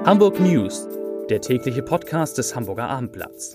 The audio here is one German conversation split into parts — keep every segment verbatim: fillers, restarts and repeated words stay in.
Hamburg News, der tägliche Podcast des Hamburger Abendblatts.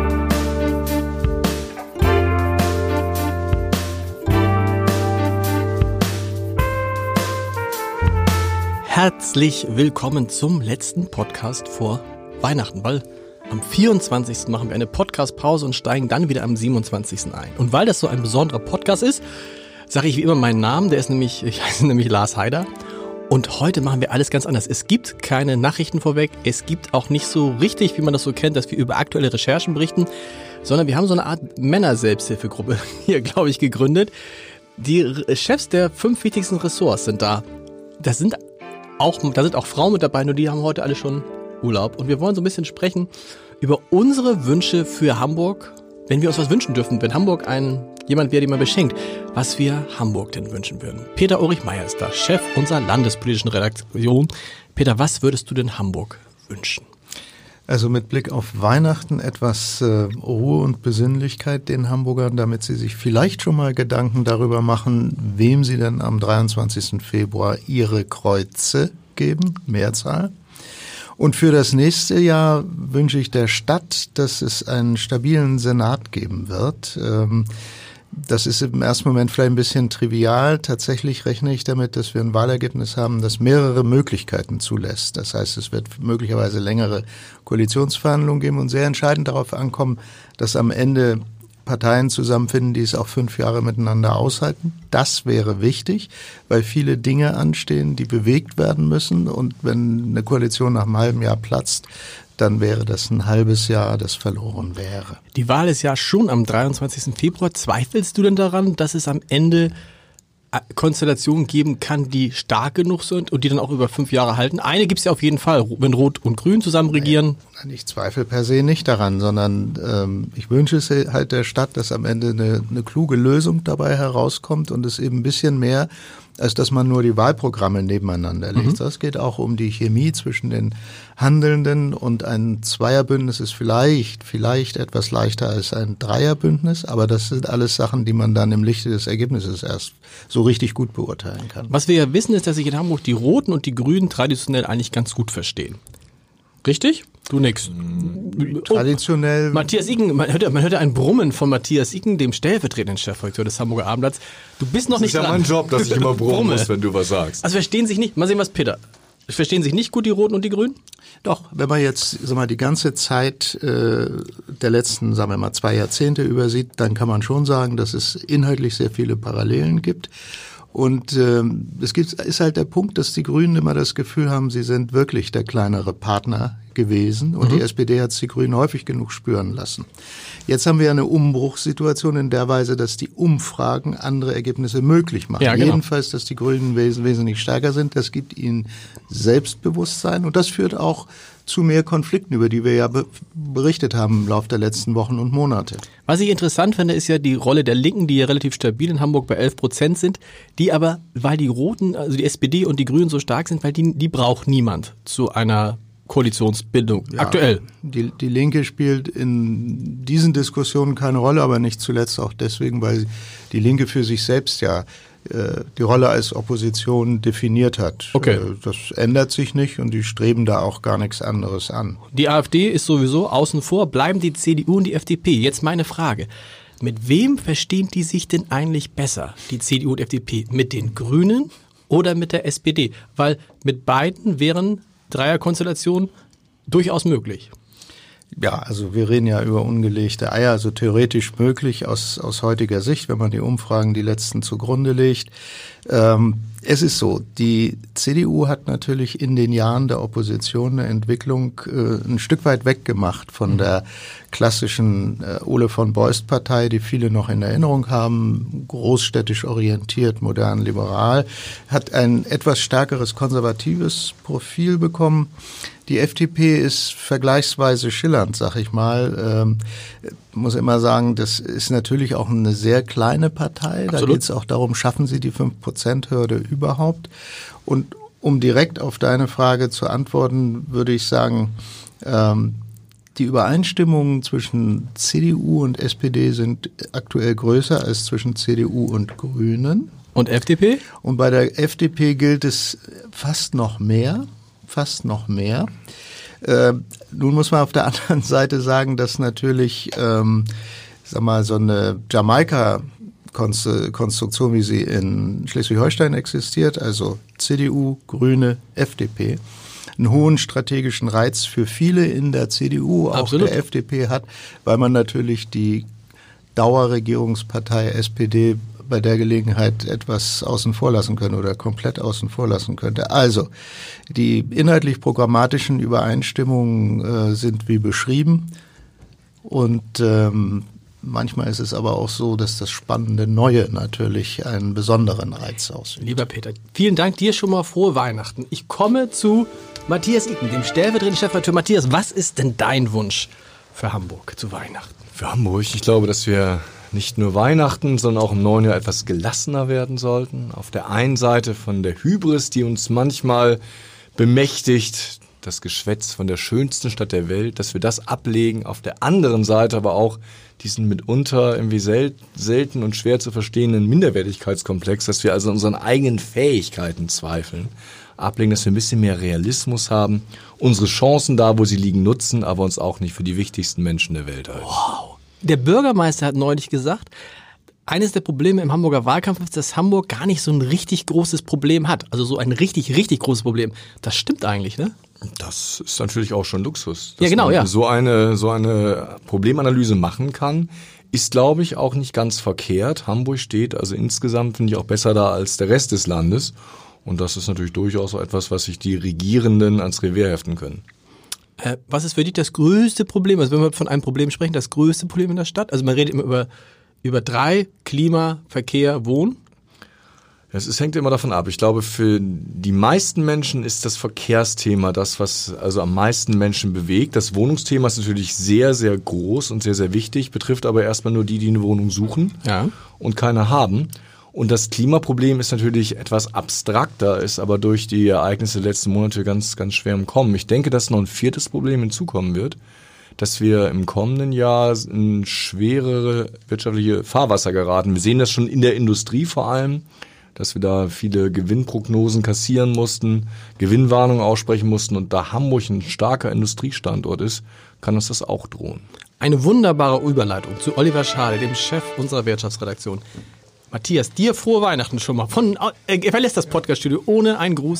Herzlich willkommen zum letzten Podcast vor Weihnachten, weil am vierundzwanzigsten machen wir eine Podcast-Pause und steigen dann wieder am siebenundzwanzigsten ein. Und weil das so ein besonderer Podcast ist, sage ich wie immer meinen Namen, der ist nämlich, ich heiße nämlich Lars Heider. Und heute machen wir alles ganz anders. Es gibt keine Nachrichten vorweg, es gibt auch nicht so richtig, wie man das so kennt, dass wir über aktuelle Recherchen berichten, sondern wir haben so eine Art Männer-Selbsthilfegruppe hier, glaube ich, gegründet. Die Chefs der fünf wichtigsten Ressorts sind da. Das sind auch, da sind auch Frauen mit dabei, nur die haben heute alle schon Urlaub. Und wir wollen so ein bisschen sprechen über unsere Wünsche für Hamburg, wenn wir uns was wünschen dürfen, wenn Hamburg ein jemand wäre, den man beschenkt, was wir Hamburg denn wünschen würden. Peter Ulrich-Meyer ist da, Chef unserer landespolitischen Redaktion. Peter, was würdest du denn Hamburg wünschen? Also mit Blick auf Weihnachten etwas äh, Ruhe und Besinnlichkeit den Hamburgern, damit sie sich vielleicht schon mal Gedanken darüber machen, wem sie denn am dreiundzwanzigsten Februar ihre Kreuze geben, Mehrzahl. Und für das nächste Jahr wünsche ich der Stadt, dass es einen stabilen Senat geben wird. Ähm, Das ist im ersten Moment vielleicht ein bisschen trivial. Tatsächlich rechne ich damit, dass wir ein Wahlergebnis haben, das mehrere Möglichkeiten zulässt. Das heißt, es wird möglicherweise längere Koalitionsverhandlungen geben und sehr entscheidend darauf ankommen, dass am Ende Parteien zusammenfinden, die es auch fünf Jahre miteinander aushalten. Das wäre wichtig, weil viele Dinge anstehen, die bewegt werden müssen. Und wenn eine Koalition nach einem halben Jahr platzt, dann wäre das ein halbes Jahr, das verloren wäre. Die Wahl ist ja schon am dreiundzwanzigsten Februar. Zweifelst du denn daran, dass es am Ende Konstellationen geben kann, die stark genug sind und die dann auch über fünf Jahre halten? Eine gibt es ja auf jeden Fall, wenn Rot und Grün zusammen regieren. Nein, ich zweifle per se nicht daran, sondern ähm, ich wünsche es halt der Stadt, dass am Ende eine, eine kluge Lösung dabei herauskommt und es eben ein bisschen mehr, als dass man nur die Wahlprogramme nebeneinander legt. Es mhm. geht auch um die Chemie zwischen den Handelnden und ein Zweierbündnis ist vielleicht, vielleicht etwas leichter als ein Dreierbündnis, aber das sind alles Sachen, die man dann im Lichte des Ergebnisses erst so richtig gut beurteilen kann. Was wir ja wissen, ist, dass sich in Hamburg die Roten und die Grünen traditionell eigentlich ganz gut verstehen. Richtig? Du nix. Traditionell. Oh, Matthias Iggen, man hört, man hört ein Brummen von Matthias Iggen, dem stellvertretenden Chefredakteur des Hamburger Abendblatts. Du bist noch das nicht dran. Das ist ja mein Job, dass ich immer brummen muss, wenn du was sagst. Also verstehen sich nicht, mal sehen, was Peter. Verstehen sich nicht gut die Roten und die Grünen? Doch, wenn man jetzt sag mal, die ganze Zeit äh, der letzten, sagen wir mal, zwei Jahrzehnte übersieht, dann kann man schon sagen, dass es inhaltlich sehr viele Parallelen gibt. Und ähm, es gibt, ist halt der Punkt, dass die Grünen immer das Gefühl haben, sie sind wirklich der kleinere Partner gewesen. Und mhm. die S P D hat es die Grünen häufig genug spüren lassen. Jetzt haben wir eine Umbruchssituation in der Weise, dass die Umfragen andere Ergebnisse möglich machen. Ja, genau. Jedenfalls, dass die Grünen wes- wesentlich stärker sind. Das gibt ihnen Selbstbewusstsein. Und das führt auch zu mehr Konflikten, über die wir ja be- berichtet haben im Laufe der letzten Wochen und Monate. Was ich interessant finde, ist ja die Rolle der Linken, die ja relativ stabil in Hamburg bei elf Prozent sind, die aber, weil die Roten, also die S P D und die Grünen so stark sind, weil die, die braucht niemand zu einer Koalitionsbildung, ja, aktuell. Die, die Linke spielt in diesen Diskussionen keine Rolle, aber nicht zuletzt auch deswegen, weil die Linke für sich selbst ja äh, die Rolle als Opposition definiert hat. Okay. Äh, das ändert sich nicht und die streben da auch gar nichts anderes an. Die AfD ist sowieso außen vor, bleiben die C D U und die F D P. Jetzt meine Frage. Mit wem verstehen die sich denn eigentlich besser, die C D U und F D P? Mit den Grünen oder mit der S P D? Weil mit beiden wären Dreierkonstellation durchaus möglich. Ja, also wir reden ja über ungelegte Eier, also theoretisch möglich aus, aus heutiger Sicht, wenn man die Umfragen, die letzten zugrunde legt. Ähm, es ist so, die C D U hat natürlich in den Jahren der Opposition eine Entwicklung äh, ein Stück weit weggemacht von der klassischen äh, Ole von Beust Partei, die viele noch in Erinnerung haben, großstädtisch orientiert, modern, liberal, hat ein etwas stärkeres konservatives Profil bekommen. Die F D P ist vergleichsweise schillernd, sag ich mal. Ähm, muss immer sagen, das ist natürlich auch eine sehr kleine Partei. Da geht es auch darum, schaffen sie die fünf Prozent Hürde überhaupt? Und um direkt auf deine Frage zu antworten, würde ich sagen, ähm, die Übereinstimmungen zwischen C D U und S P D sind aktuell größer als zwischen C D U und Grünen. Und F D P? Und bei der F D P gilt es fast noch mehr. fast noch mehr. Äh, nun muss man auf der anderen Seite sagen, dass natürlich, ähm, sag mal, so eine Jamaika-Konstruktion, wie sie in Schleswig-Holstein existiert, also C D U, Grüne, F D P, einen hohen strategischen Reiz für viele in der C D U, auch Absolut. der F D P hat, weil man natürlich die Dauerregierungspartei S P D bei der Gelegenheit etwas außen vor lassen können oder komplett außen vor lassen könnte. Also, die inhaltlich programmatischen Übereinstimmungen äh, sind wie beschrieben und ähm, manchmal ist es aber auch so, dass das spannende Neue natürlich einen besonderen Reiz ausübt. Lieber Peter, vielen Dank dir schon mal, frohe Weihnachten. Ich komme zu Matthias Iken, dem stellvertretenden Chefredakteur. Matthias, was ist denn dein Wunsch für Hamburg zu Weihnachten? Für Hamburg, ich glaube, dass wir nicht nur Weihnachten, sondern auch im neuen Jahr etwas gelassener werden sollten. Auf der einen Seite von der Hybris, die uns manchmal bemächtigt, das Geschwätz von der schönsten Stadt der Welt, dass wir das ablegen. Auf der anderen Seite aber auch diesen mitunter irgendwie sel- selten und schwer zu verstehenden Minderwertigkeitskomplex, dass wir also an unseren eigenen Fähigkeiten zweifeln, ablegen, dass wir ein bisschen mehr Realismus haben, unsere Chancen da, wo sie liegen, nutzen, aber uns auch nicht für die wichtigsten Menschen der Welt halten. Wow. Der Bürgermeister hat neulich gesagt, eines der Probleme im Hamburger Wahlkampf ist, dass Hamburg gar nicht so ein richtig großes Problem hat. Also so ein richtig, richtig großes Problem. Das stimmt eigentlich, ne? Das ist natürlich auch schon Luxus. Ja, genau, man ja. So eine, so eine Problemanalyse machen kann, ist, glaube ich, auch nicht ganz verkehrt. Hamburg steht also insgesamt, finde ich, auch besser da als der Rest des Landes. Und das ist natürlich durchaus so etwas, was sich die Regierenden ans Revier heften können. Äh, was ist für dich das größte Problem? Also wenn wir von einem Problem sprechen, das größte Problem in der Stadt? Also man redet immer über, über drei, Klima, Verkehr, Wohnen. Es ist, hängt immer davon ab. Ich glaube, für die meisten Menschen ist das Verkehrsthema das, was also am meisten Menschen bewegt. Das Wohnungsthema ist natürlich sehr, sehr groß und sehr, sehr wichtig, betrifft aber erstmal nur die, die eine Wohnung suchen Ja. und keine haben. Und das Klimaproblem ist natürlich etwas abstrakter, ist aber durch die Ereignisse der letzten Monate ganz, ganz schwer im Kommen. Ich denke, dass noch ein viertes Problem hinzukommen wird, dass wir im kommenden Jahr in schwerere wirtschaftliche Fahrwasser geraten. Wir sehen das schon in der Industrie vor allem, dass wir da viele Gewinnprognosen kassieren mussten, Gewinnwarnungen aussprechen mussten. Und da Hamburg ein starker Industriestandort ist, kann uns das auch drohen. Eine wunderbare Überleitung zu Oliver Schade, dem Chef unserer Wirtschaftsredaktion. Matthias, dir frohe Weihnachten schon mal. Von, äh, er verlässt das Podcaststudio ohne einen Gruß.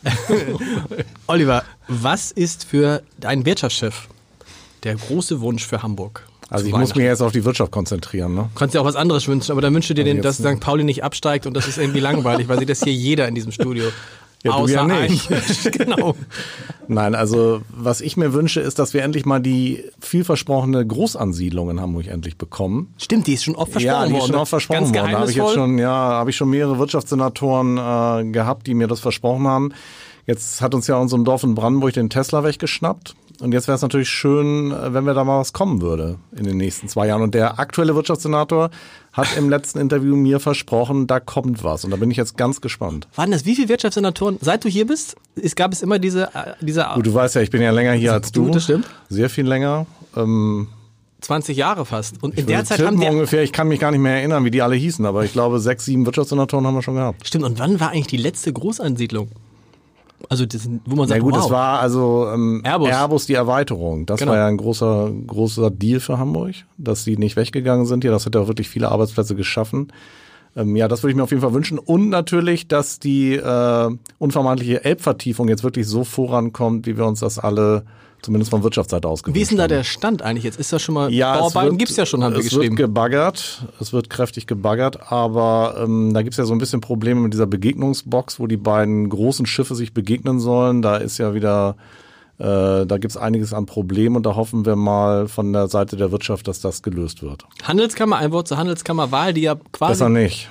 Oliver, was ist für deinen Wirtschaftschef der große Wunsch für Hamburg? Also ich muss mich jetzt auf die Wirtschaft konzentrieren. Ne? Du kannst dir auch was anderes wünschen, aber dann wünschst du dir, den, dass jetzt, Sankt Pauli nicht absteigt und das ist irgendwie langweilig, weil sieht das hier jeder in diesem Studio. Ja, du ja nicht. Genau. Nein, also was ich mir wünsche, ist, dass wir endlich mal die vielversprochene Großansiedlung in Hamburg endlich bekommen. Stimmt, die ist schon oft versprochen worden. Ja, die ist schon oft versprochen Ganz worden. Da habe ich jetzt schon, ja, habe ich schon mehrere Wirtschaftssenatoren äh, gehabt, die mir das versprochen haben. Jetzt hat uns ja in unserem Dorf in Brandenburg den Tesla weggeschnappt. Und jetzt wäre es natürlich schön, wenn wir da mal was kommen würde in den nächsten zwei Jahren. Und der aktuelle Wirtschaftssenator hat im letzten Interview mir versprochen, da kommt was. Und da bin ich jetzt ganz gespannt. Waren das wie viele Wirtschaftssenatoren, seit du hier bist? Es gab es immer diese... diese Gut, du weißt ja, ich bin ja länger hier als du. Das stimmt. Sehr viel länger. Ähm, zwanzig Jahre fast. Und in ich der Zeit haben die... ungefähr, ich kann mich gar nicht mehr erinnern, wie die alle hießen. Aber ich glaube, sechs, sieben Wirtschaftssenatoren haben wir schon gehabt. Stimmt, und wann war eigentlich die letzte Großansiedlung? Also das, wo man sagt, ja gut, wow. das war also ähm, Airbus. Airbus, die Erweiterung. Das Genau. war ja ein großer großer Deal für Hamburg, dass die nicht weggegangen sind hier. Das hat ja auch wirklich viele Arbeitsplätze geschaffen. Ähm, ja, das würde ich mir auf jeden Fall wünschen. Und natürlich, dass die äh, unvermeidliche Elbvertiefung jetzt wirklich so vorankommt, wie wir uns das alle zumindest von Wirtschaftsseite aus gewünscht haben. Wie ist denn da der Stand eigentlich? Jetzt ist das schon mal, ja, Bauarbeiten gibt's ja schon, haben wir es geschrieben. Es wird gebaggert, es wird kräftig gebaggert, aber ähm, da gibt's ja so ein bisschen Probleme mit dieser Begegnungsbox, wo die beiden großen Schiffe sich begegnen sollen. Da ist ja wieder, äh, da gibt's einiges an Problemen und da hoffen wir mal von der Seite der Wirtschaft, dass das gelöst wird. Handelskammer, ein Wort zur Handelskammerwahl, die ja quasi... Besser nicht.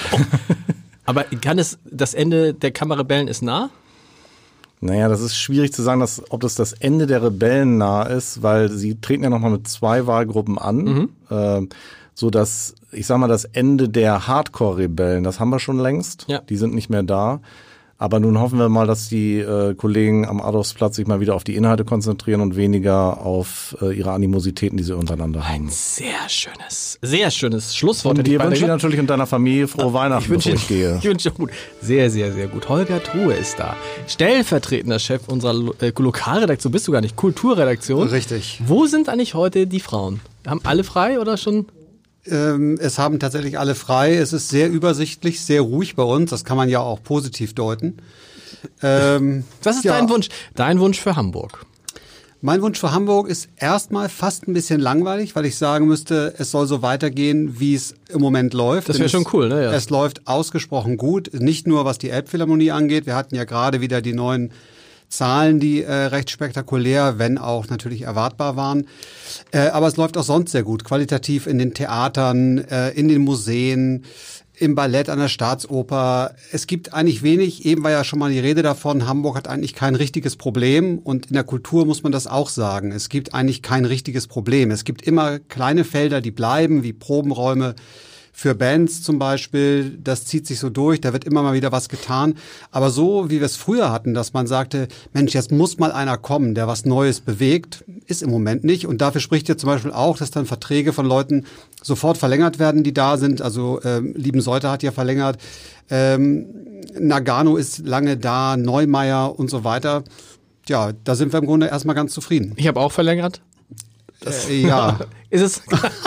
Aber kann es, das Ende der Kammerrebellen ist nah? Naja, das ist schwierig zu sagen, dass, ob das das Ende der Rebellen nah ist, weil sie treten ja nochmal mit zwei Wahlgruppen an, mhm. äh, so dass, ich sag mal, das Ende der Hardcore-Rebellen, das haben wir schon längst, ja. Die sind nicht mehr da. Aber nun hoffen wir mal, dass die äh, Kollegen am Adolfsplatz sich mal wieder auf die Inhalte konzentrieren und weniger auf äh, ihre Animositäten, die sie untereinander haben. Ein sehr schönes, sehr schönes Schlusswort. Und dir wünsche ich natürlich und deiner Familie frohe Weihnachten, ich wünsche, bevor ich gehe. Ich wünsche auch gut. Sehr, sehr, sehr gut. Holger Truhe ist da. Stellvertretender Chef unserer Lo- äh, Lokalredaktion, bist du gar nicht, Kulturredaktion. Richtig. Wo sind eigentlich heute die Frauen? Haben alle frei oder schon? Ähm, es haben tatsächlich alle frei. Es ist sehr übersichtlich, sehr ruhig bei uns. Das kann man ja auch positiv deuten. Ähm, Was ist ja, dein Wunsch? Dein Wunsch für Hamburg? Mein Wunsch für Hamburg ist erstmal fast ein bisschen langweilig, weil ich sagen müsste, es soll so weitergehen, wie es im Moment läuft. Das wäre schon cool, ne? Ja. Es läuft ausgesprochen gut, nicht nur was die Elbphilharmonie angeht. Wir hatten ja gerade wieder die neuen Zahlen, die äh, recht spektakulär, wenn auch natürlich erwartbar waren. Äh, aber es läuft auch sonst sehr gut, qualitativ in den Theatern, äh, in den Museen, im Ballett, an der Staatsoper. Es gibt eigentlich wenig, eben war ja schon mal die Rede davon, Hamburg hat eigentlich kein richtiges Problem und in der Kultur muss man das auch sagen. Es gibt eigentlich kein richtiges Problem. Es gibt immer kleine Felder, die bleiben, wie Probenräume für Bands zum Beispiel, das zieht sich so durch, da wird immer mal wieder was getan. Aber so, wie wir es früher hatten, dass man sagte, Mensch, jetzt muss mal einer kommen, der was Neues bewegt, ist im Moment nicht. Und dafür spricht ja zum Beispiel auch, dass dann Verträge von Leuten sofort verlängert werden, die da sind. Also ähm, Liebensäuter hat ja verlängert, ähm, Nagano ist lange da, Neumeier und so weiter. Ja, da sind wir im Grunde erstmal ganz zufrieden. Ich habe auch verlängert. Das, äh, ja. Ist es?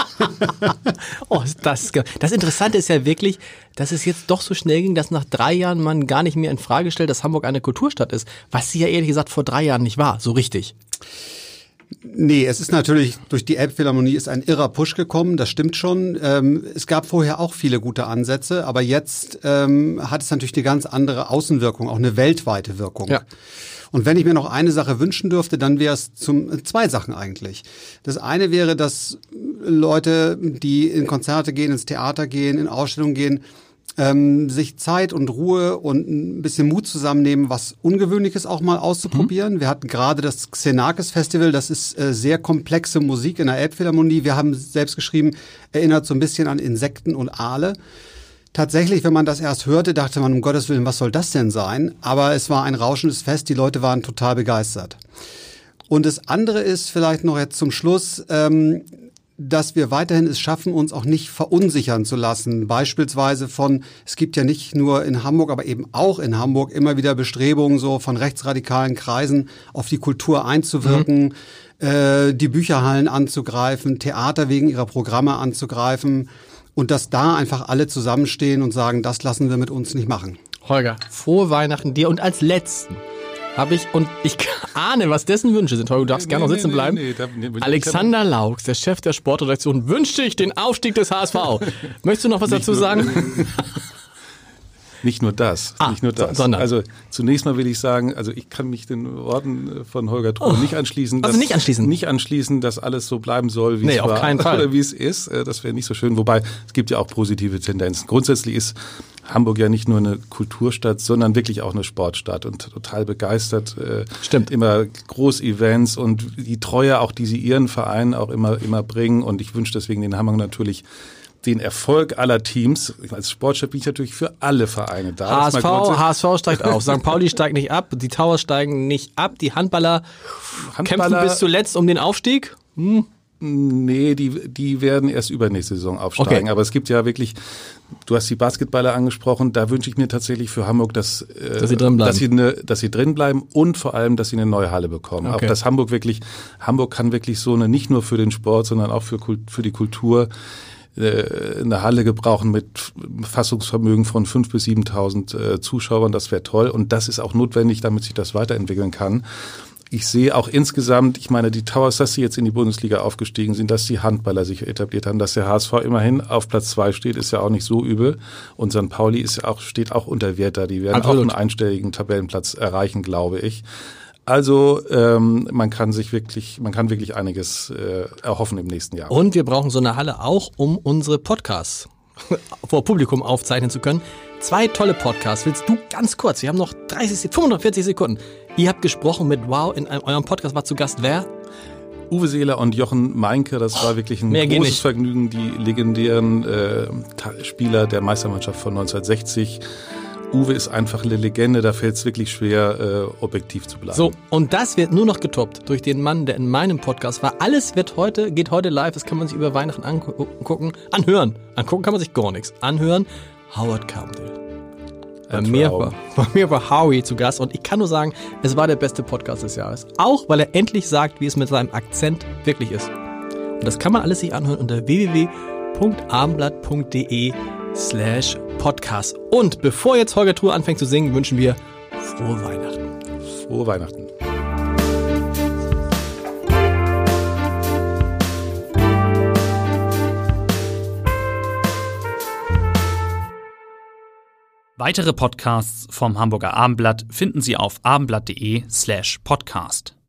Oh, das, das Interessante ist ja wirklich, dass es jetzt doch so schnell ging, dass nach drei Jahren man gar nicht mehr in Frage stellt, dass Hamburg eine Kulturstadt ist, was sie ja ehrlich gesagt vor drei Jahren nicht war, so richtig. Nee, es ist natürlich, durch die Elbphilharmonie ist ein irrer Push gekommen, das stimmt schon. Ähm, es gab vorher auch viele gute Ansätze, aber jetzt ähm, hat es natürlich eine ganz andere Außenwirkung, auch eine weltweite Wirkung. Ja. Und wenn ich mir noch eine Sache wünschen dürfte, dann wäre es zum zwei Sachen eigentlich. Das eine wäre, dass Leute, die in Konzerte gehen, ins Theater gehen, in Ausstellungen gehen, ähm, sich Zeit und Ruhe und ein bisschen Mut zusammennehmen, was Ungewöhnliches auch mal auszuprobieren. Mhm. Wir hatten gerade das Xenakis Festival, das ist äh, sehr komplexe Musik in der Elbphilharmonie. Wir haben selbst geschrieben, erinnert so ein bisschen an Insekten und Aale. Tatsächlich, wenn man das erst hörte, dachte man, um Gottes Willen, was soll das denn sein? Aber es war ein rauschendes Fest, die Leute waren total begeistert. Und das andere ist vielleicht noch jetzt zum Schluss, ähm, dass wir weiterhin es schaffen, uns auch nicht verunsichern zu lassen. Beispielsweise von, es gibt ja nicht nur in Hamburg, aber eben auch in Hamburg immer wieder Bestrebungen so von rechtsradikalen Kreisen auf die Kultur einzuwirken, mhm. äh, die Bücherhallen anzugreifen, Theater wegen ihrer Programme anzugreifen. Und dass da einfach alle zusammenstehen und sagen, das lassen wir mit uns nicht machen. Holger, frohe Weihnachten dir. Und als Letzten habe ich, und ich ahne, was dessen Wünsche sind. Holger, du darfst nee, gerne noch sitzen nee, bleiben. Nee, nee, nee, Alexander Laux, der Chef der Sportredaktion, wünscht sich den Aufstieg des H S V. Möchtest du noch was dazu sagen? Nicht nur das, ah, nicht nur das. Sondern. Also zunächst mal will ich sagen, also ich kann mich den Worten von Holger Truhe oh, nicht anschließen. Also dass, nicht anschließen? Nicht anschließen, dass alles so bleiben soll, wie nee, es auf war keinen Fall. Oder wie es ist. Das wäre nicht so schön. Wobei, es gibt ja auch positive Tendenzen. Grundsätzlich ist Hamburg ja nicht nur eine Kulturstadt, sondern wirklich auch eine Sportstadt und total begeistert. Stimmt. Immer Groß-Events und die Treue auch, die sie ihren Vereinen auch immer, immer bringen. Und ich wünsche deswegen den Hamburg natürlich den Erfolg aller Teams. Als Sportchef bin ich natürlich für alle Vereine da. H S V, H S V steigt auf, Sankt Pauli steigt nicht ab, die Towers steigen nicht ab, die Handballer, Handballer kämpfen bis zuletzt um den Aufstieg? Hm. Nee, die, die werden erst übernächste Saison aufsteigen. Okay. Aber es gibt ja wirklich, du hast die Basketballer angesprochen, da wünsche ich mir tatsächlich für Hamburg, dass, äh, dass, sie, drin bleiben. dass, sie, eine, dass sie drin bleiben und vor allem, dass sie eine neue Halle bekommen. Okay. Auch dass Hamburg wirklich, Hamburg kann wirklich so eine, nicht nur für den Sport, sondern auch für, für die Kultur, eine Halle gebrauchen mit Fassungsvermögen von fünftausend bis siebentausend äh, Zuschauern. Das wäre toll. Und das ist auch notwendig, damit sich das weiterentwickeln kann. Ich sehe auch insgesamt, ich meine, die Towers, dass sie jetzt in die Bundesliga aufgestiegen sind, dass die Handballer sich etabliert haben, dass der H S V immerhin auf Platz zwei steht, ist ja auch nicht so übel. Und Sankt Pauli ist ja auch, steht auch unter Wert da. Die werden Absolut. auch einen einstelligen Tabellenplatz erreichen, glaube ich. Also ähm, man kann sich wirklich, man kann wirklich einiges äh, erhoffen im nächsten Jahr. Und wir brauchen so eine Halle auch, um unsere Podcasts vor Publikum aufzeichnen zu können. Zwei tolle Podcasts. Willst du ganz kurz? Wir haben noch dreißig, fünfundvierzig Sekunden. Ihr habt gesprochen mit Wow. In einem, eurem Podcast war zu Gast wer? Uwe Seeler und Jochen Meinke. Das war wirklich ein Mehr großes Vergnügen. Die legendären äh, Spieler der Meistermannschaft von neunzehnhundertsechzig. Uwe ist einfach eine Legende, da fällt es wirklich schwer, äh, objektiv zu bleiben. So, und das wird nur noch getoppt durch den Mann, der in meinem Podcast war. Alles wird heute, geht heute live, das kann man sich über Weihnachten angucken, anhören. Angucken kann man sich gar nichts. Anhören, Howard Carpendale. Bei mir, war, bei mir war Howie zu Gast und ich kann nur sagen, es war der beste Podcast des Jahres. Auch, weil er endlich sagt, wie es mit seinem Akzent wirklich ist. Und das kann man alles sich anhören unter w w w punkt abendblatt punkt d e slash podcast. Und bevor jetzt Holger Truhe anfängt zu singen, wünschen wir frohe Weihnachten. Frohe Weihnachten. Weitere Podcasts vom Hamburger Abendblatt finden Sie auf abendblatt punkt de slash podcast.